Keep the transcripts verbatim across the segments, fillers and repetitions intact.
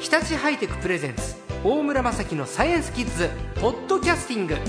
日立ハイテクプレゼンツ大村雅樹のサイエンスキッズポッドキャスティング。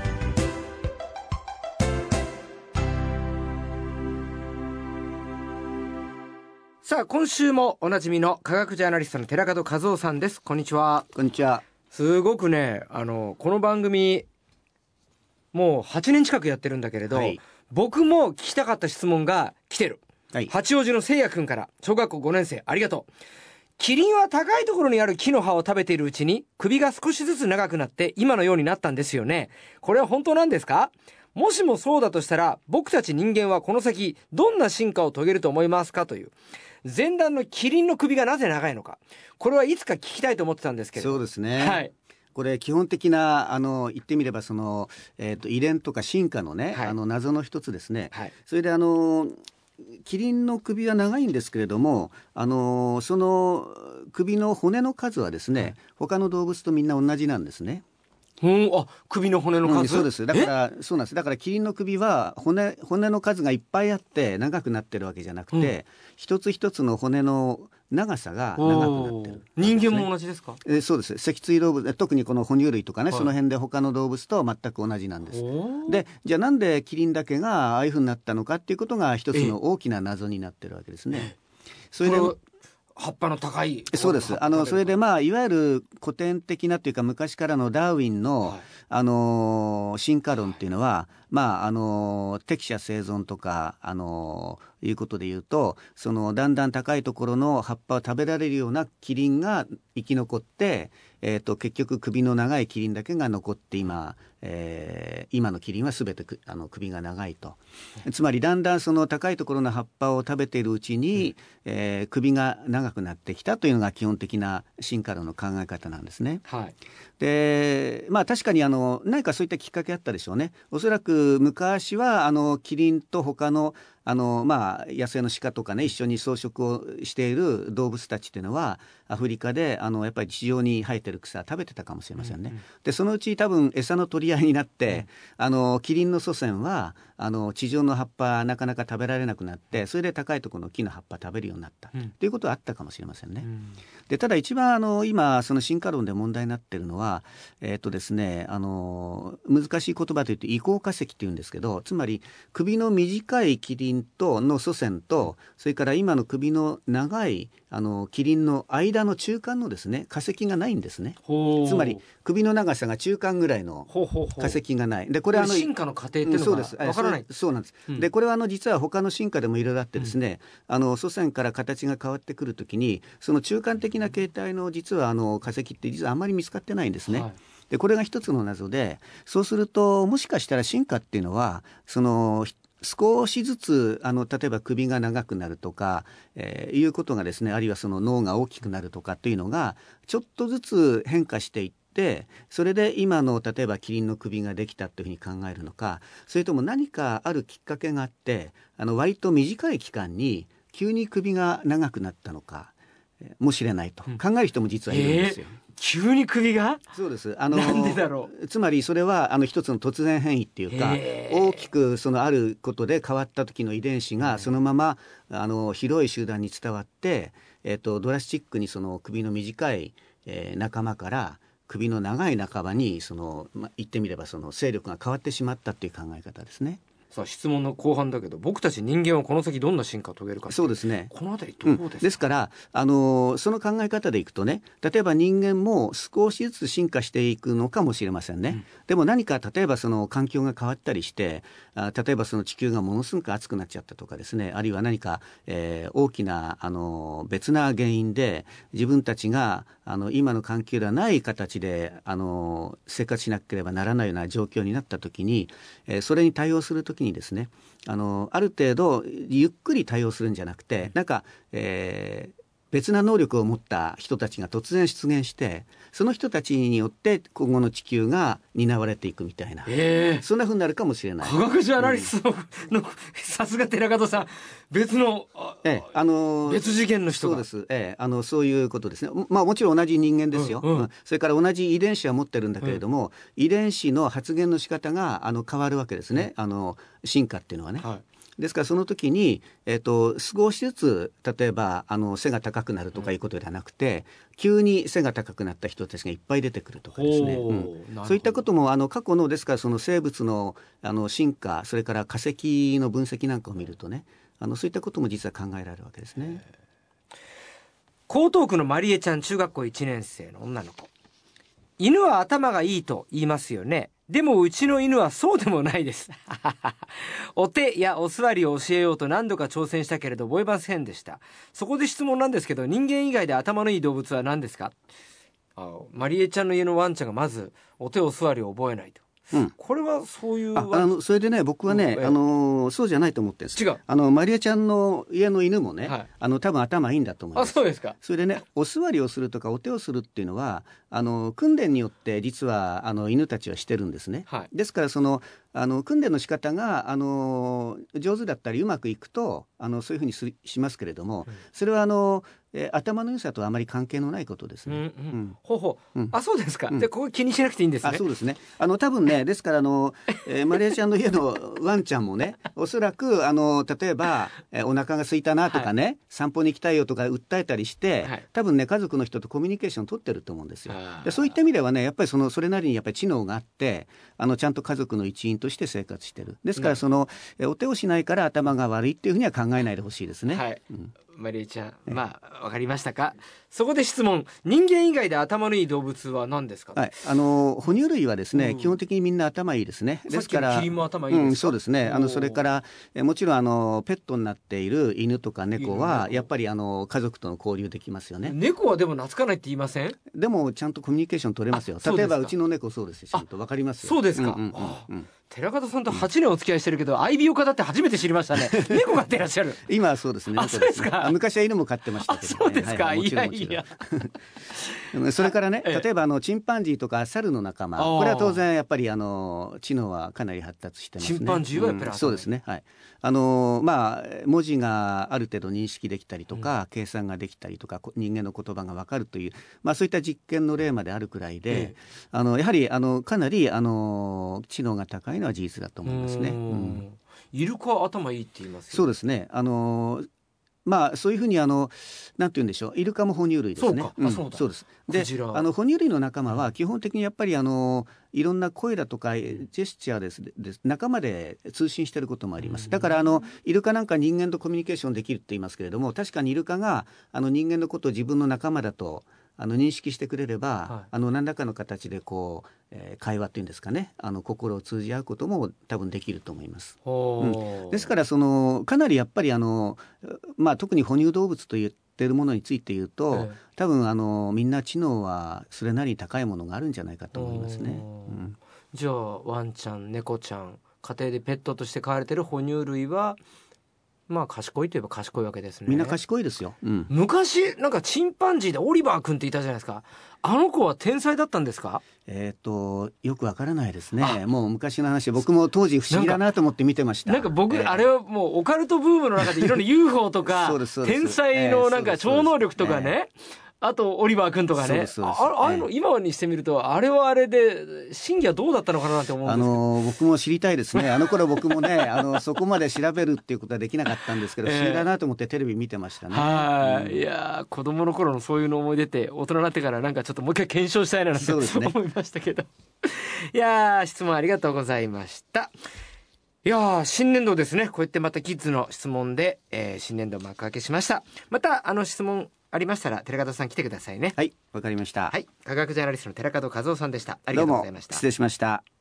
さあ今週もおなじみの科学ジャーナリストの寺門和夫さんです。こんにちは。 こんにちは。 すごくね、あのこの番組もうはちねん近くやってるんだけれど、はい、僕も聞きたかった質問が来てる、はい、八王子のせいやくんから小学校ごねん生、ありがとう。キリンは高いところにある木の葉を食べているうちに首が少しずつ長くなって今のようになったんですよね。これは本当なんですか？もしもそうだとしたら僕たち人間はこの先どんな進化を遂げると思いますか、という前段のキリンの首がなぜ長いのか、これはいつか聞きたいと思ってたんですけど。 そうですね、 はい、 これ基本的なあの言ってみればその、えーと、遺伝とか進化のね、はい、あの謎の一つですね、はい、それであのキリンの首は長いんですけれども、あのその首の骨の数はですね、はい、他の動物とみんな同じなんですね。 うん、あ、首の骨の数、うん、 そうです。だからそうなんです。だからキリンの首は 骨, 骨の数がいっぱいあって長くなってるわけじゃなくて、うん、一つ一つの骨の長さが長くなってる、ね、 人間も同じですか？ えー、そうです。脊椎動物、特にこの哺乳類とかね、はい、その辺で他の動物と全く同じなんです。で、じゃあなんでキリンだけがああいう風になったのかっていうことが一つの大きな謎になってるわけですね。それで葉っぱの高い、 そうです。あのそれでまあいわゆる古典的なというか昔からのダーウィンの、はい、あの進化論っていうのは、まああの適者生存とかあのいうことで言うと、そのだんだん高いところの葉っぱを食べられるようなキリンが生き残って、えー、と結局首の長いキリンだけが残って今、えー、今のキリンは全てあの首が長いと。つまりだんだんその高いところの葉っぱを食べているうちに、うんえー、首が長くなってきたというのが基本的な進化論の考え方なんですね。はい、でまあ確かにあの何かそういったきっかけあったでしょうね。おそらく昔はあのキリンと他のあのまあ、野生の鹿とかね、一緒に草食をしている動物たちっていうのはアフリカであのやっぱり地上に生えてる草食べてたかもしれませんね。うんうん、でそのうち多分餌の取り合いになって、うん、あのキリンの祖先はあの地上の葉っぱなかなか食べられなくなって、それで高いところの木の葉っぱ食べるようになった、うん、ということはあったかもしれませんね。うん、でただ一番あの今その進化論で問題になっているのは、えーとですね、あの難しい言葉といって移行化石っていうんですけど、つまり首の短いキリンとの祖先と、それから今の首の長いあのキリンの間の中間のですね化石がないんですね。つまり首の長さが中間ぐらいの化石がない。でこれあの進化の過程っていうのがわからない。 そうなんです。うん、でこれはあの実は他の進化でもいろいろあってですね、うん、あの祖先から形が変わってくるときにその中間的な形態の実はあの化石って実はあんまり見つかってないんですね。はい、でこれが一つの謎で、そうするともしかしたら進化っていうのはその少しずつあの例えば首が長くなるとか、えー、いうことがですね、あるいはその脳が大きくなるとかというのがちょっとずつ変化していって、それで今の例えばキリンの首ができたというふうに考えるのか、それとも何かあるきっかけがあってあの割と短い期間に急に首が長くなったのかもしれないと考える人も実はいるんですよ。 えー急に首がそうです。あのなんでだろう。つまりそれはあの一つの突然変異っていうか、大きくそのあることで変わった時の遺伝子がそのままあの広い集団に伝わって、えー、とドラスチックにその首の短い、えー、仲間から首の長い仲間にその、ま、言ってみればその勢力が変わってしまったっていう考え方ですね。 さあ質問の後半だけど、僕たち人間はこの先どんな進化を遂げるか。 そうですね。 このあたりどうですか？うん、 ですからあのその考え方でいくとね、例えば人間も少しずつ進化していくのかもしれませんね。うん、でも何か例えばその環境が変わったりして、あ例えばその地球がものすごく熱くなっちゃったとかですね、あるいは何か、えー、大きなあの別な原因で自分たちがあの今の環境ではない形であの生活しなければならないような状況になったときに、えー、それに対応するときにですね、あのある程度ゆっくり対応するんじゃなくて、なんか、えー、別な能力を持った人たちが突然出現して、その人たちによって今後の地球が担われていくみたいな、えー、そんな風になるかもしれない。 科学ジャーナリストの、うん、さすが寺門さん、別の、 ええ、あの別次元の人が。 そうです、ええ、あのそういうことですね。まあもちろん同じ人間ですよ。うんうん、それから同じ遺伝子は持ってるんだけれども、うん、遺伝子の発現の仕方があの変わるわけですね。うん、あの進化っていうのはね。はい、 ですからその時に、えー、と少しずつ例えばあの背が高くなるとかいうことではなくて、うん、急に背が高くなった人たちがいっぱい出てくるとかですね、うん、そういったこともあの過去のですからその生物の、あの進化、それから化石の分析なんかを見るとね、あのそういったことも実は考えられるわけですね。 江東区のまりえちゃん、中学校いちねん生の女の子。犬は頭がいいと言いますよね。でもうちの犬はそうでもないですお手やお座りを教えようと何度か挑戦したけれど覚えませんでした。そこで質問なんですけど、人間以外で頭のいい動物は何ですか？あ、まりえちゃんの家のワンちゃんがまずお手お座りを覚えないと、うん、これはそういう、 ああのそれでね、僕はね、うん、あのそうじゃないと思ってるんです。 違う、 あのまりえちゃんの家の犬もね、はい、あの多分頭いいんだと思います。 あ、そうですか。 それでね、お座りをするとかお手をするっていうのはあの訓練によって実はあの犬たちはしてるんですね、はい、ですからそのあの訓練の仕方があの上手だったりうまくいくとあのそういうふうに す, しますけれども、うん、それはあのえ頭の良さとはあまり関係のないことですね。うんうんうん、 ほうほう、うん、あ、そうですか、うん、でここ気にしなくていいんですね。 あ、そうですね。あの多分ね、ですからあの、えー、マリエちゃんの家のワンちゃんもねおそらくあの例えば、えー、お腹が空いたなとかね、はい、散歩に行きたいよとか訴えたりして、はい、多分ね家族の人とコミュニケーションを取ってると思うんですよ。でそういった意味ではね、やっぱりそのそれなりにやっぱり知能があってあのちゃんと家族の一員として生活してる。ですからその、えー、お手をしないから頭が悪いっていうふうには考えないでほしいですね。はい、うん、 マリエちゃん、まあわかりましたか。そこで質問、人間以外で頭のいい動物は何ですか？ はい、あの哺乳類はですね、うん、基本的にみんな頭いいですね。ですからさっきのキリンも頭いいですか？うん、 そうですね。あのそれからえもちろんあのペットになっている犬とか猫はやっぱりあの家族との交流できますよね。 猫はでも懐かないって言いません？ でもちゃんとコミュニケーション取れますよ。例えばうちの猫そうですよ、ちゃんとわかりますよ。 そうですか。うんうんうんうん、寺門さんとはちねんお付き合いしてるけど、うん、愛猫家だって初めて知りましたね猫飼ってらっしゃる。 今はそうですね。 あ、そうですか。 昔は犬も飼ってましたけど、ね、 そうですか、はい、 もちろんもちろん。いやいやそれからね、例えばあのチンパンジーとか猿の仲間、これは当然やっぱりあの知能はかなり発達してますね。 チンパンジーはやっぱり、うん、 そうですね、はい、あのまあ文字がある程度認識できたりとか、うん、計算ができたりとか人間の言葉が分かるという、まあ、そういった実験の例まであるくらいで、ええ、あのやはりあのかなりあの知能が高いのは事実だと思いますね。うん、 イルカは頭いいって言いますよね。 そうですね。あのまあ、そういうふうにあのなんて言うんでしょう、イルカも哺乳類ですね。 そうか、うん、あ、そうだ。 そうです。で、あの哺乳類の仲間は基本的にやっぱりあのいろんな声だとかジェスチャーですです仲間で通信していることもあります。だからあのイルカなんか人間とコミュニケーションできるって言いますけれども、確かにイルカがあの人間のことを自分の仲間だとあの認識してくれれば、はい、あの何らかの形でこう、えー、会話っていうんですかね、あの心を通じ合うことも多分できると思います。うん、ですからそのかなりやっぱりあの、まあ、特に哺乳動物と言っているものについて言うと、えー、多分あのみんな知能はそれなりに高いものがあるんじゃないかと思いますね。うん、 じゃあワンちゃん猫ちゃん家庭でペットとして飼われている哺乳類はまあ賢いといえば賢いわけですね。 みんな賢いですよ、うん、 昔なんかチンパンジーでオリバー君っていたじゃないですか。あの子は天才だったんですか？ えー、とよくわからないですね。もう昔の話、僕も当時不思議だなと思って見てました。 なんか僕、えー、あれはもうオカルトブームの中でいろいろ ユーフォー とか天才のなんか超能力とかね、あとオリバー君とかね、ああいうの今にしてみるとあれはあれで真偽はどうだったのかなって思うんですけど、 あの僕も知りたいですね。あの頃僕もねあのそこまで調べるっていうことはできなかったんですけど、不思議だなと思ってテレビ見てましたね。 はい、 うん、 いや子供の頃のそういうの思い出って大人になってからなんかちょっともう一回検証したいななんて、ね、思いましたけどいや質問ありがとうございました。いや新年度ですね。こうやってまたキッズの質問で、えー、新年度幕開けしました。またあの質問ありましたら寺門さん来てくださいね。 はい、わかりました。 はい、科学ジャーナリストの寺門和夫さんでした。ありがとうございました。 どうも失礼しました。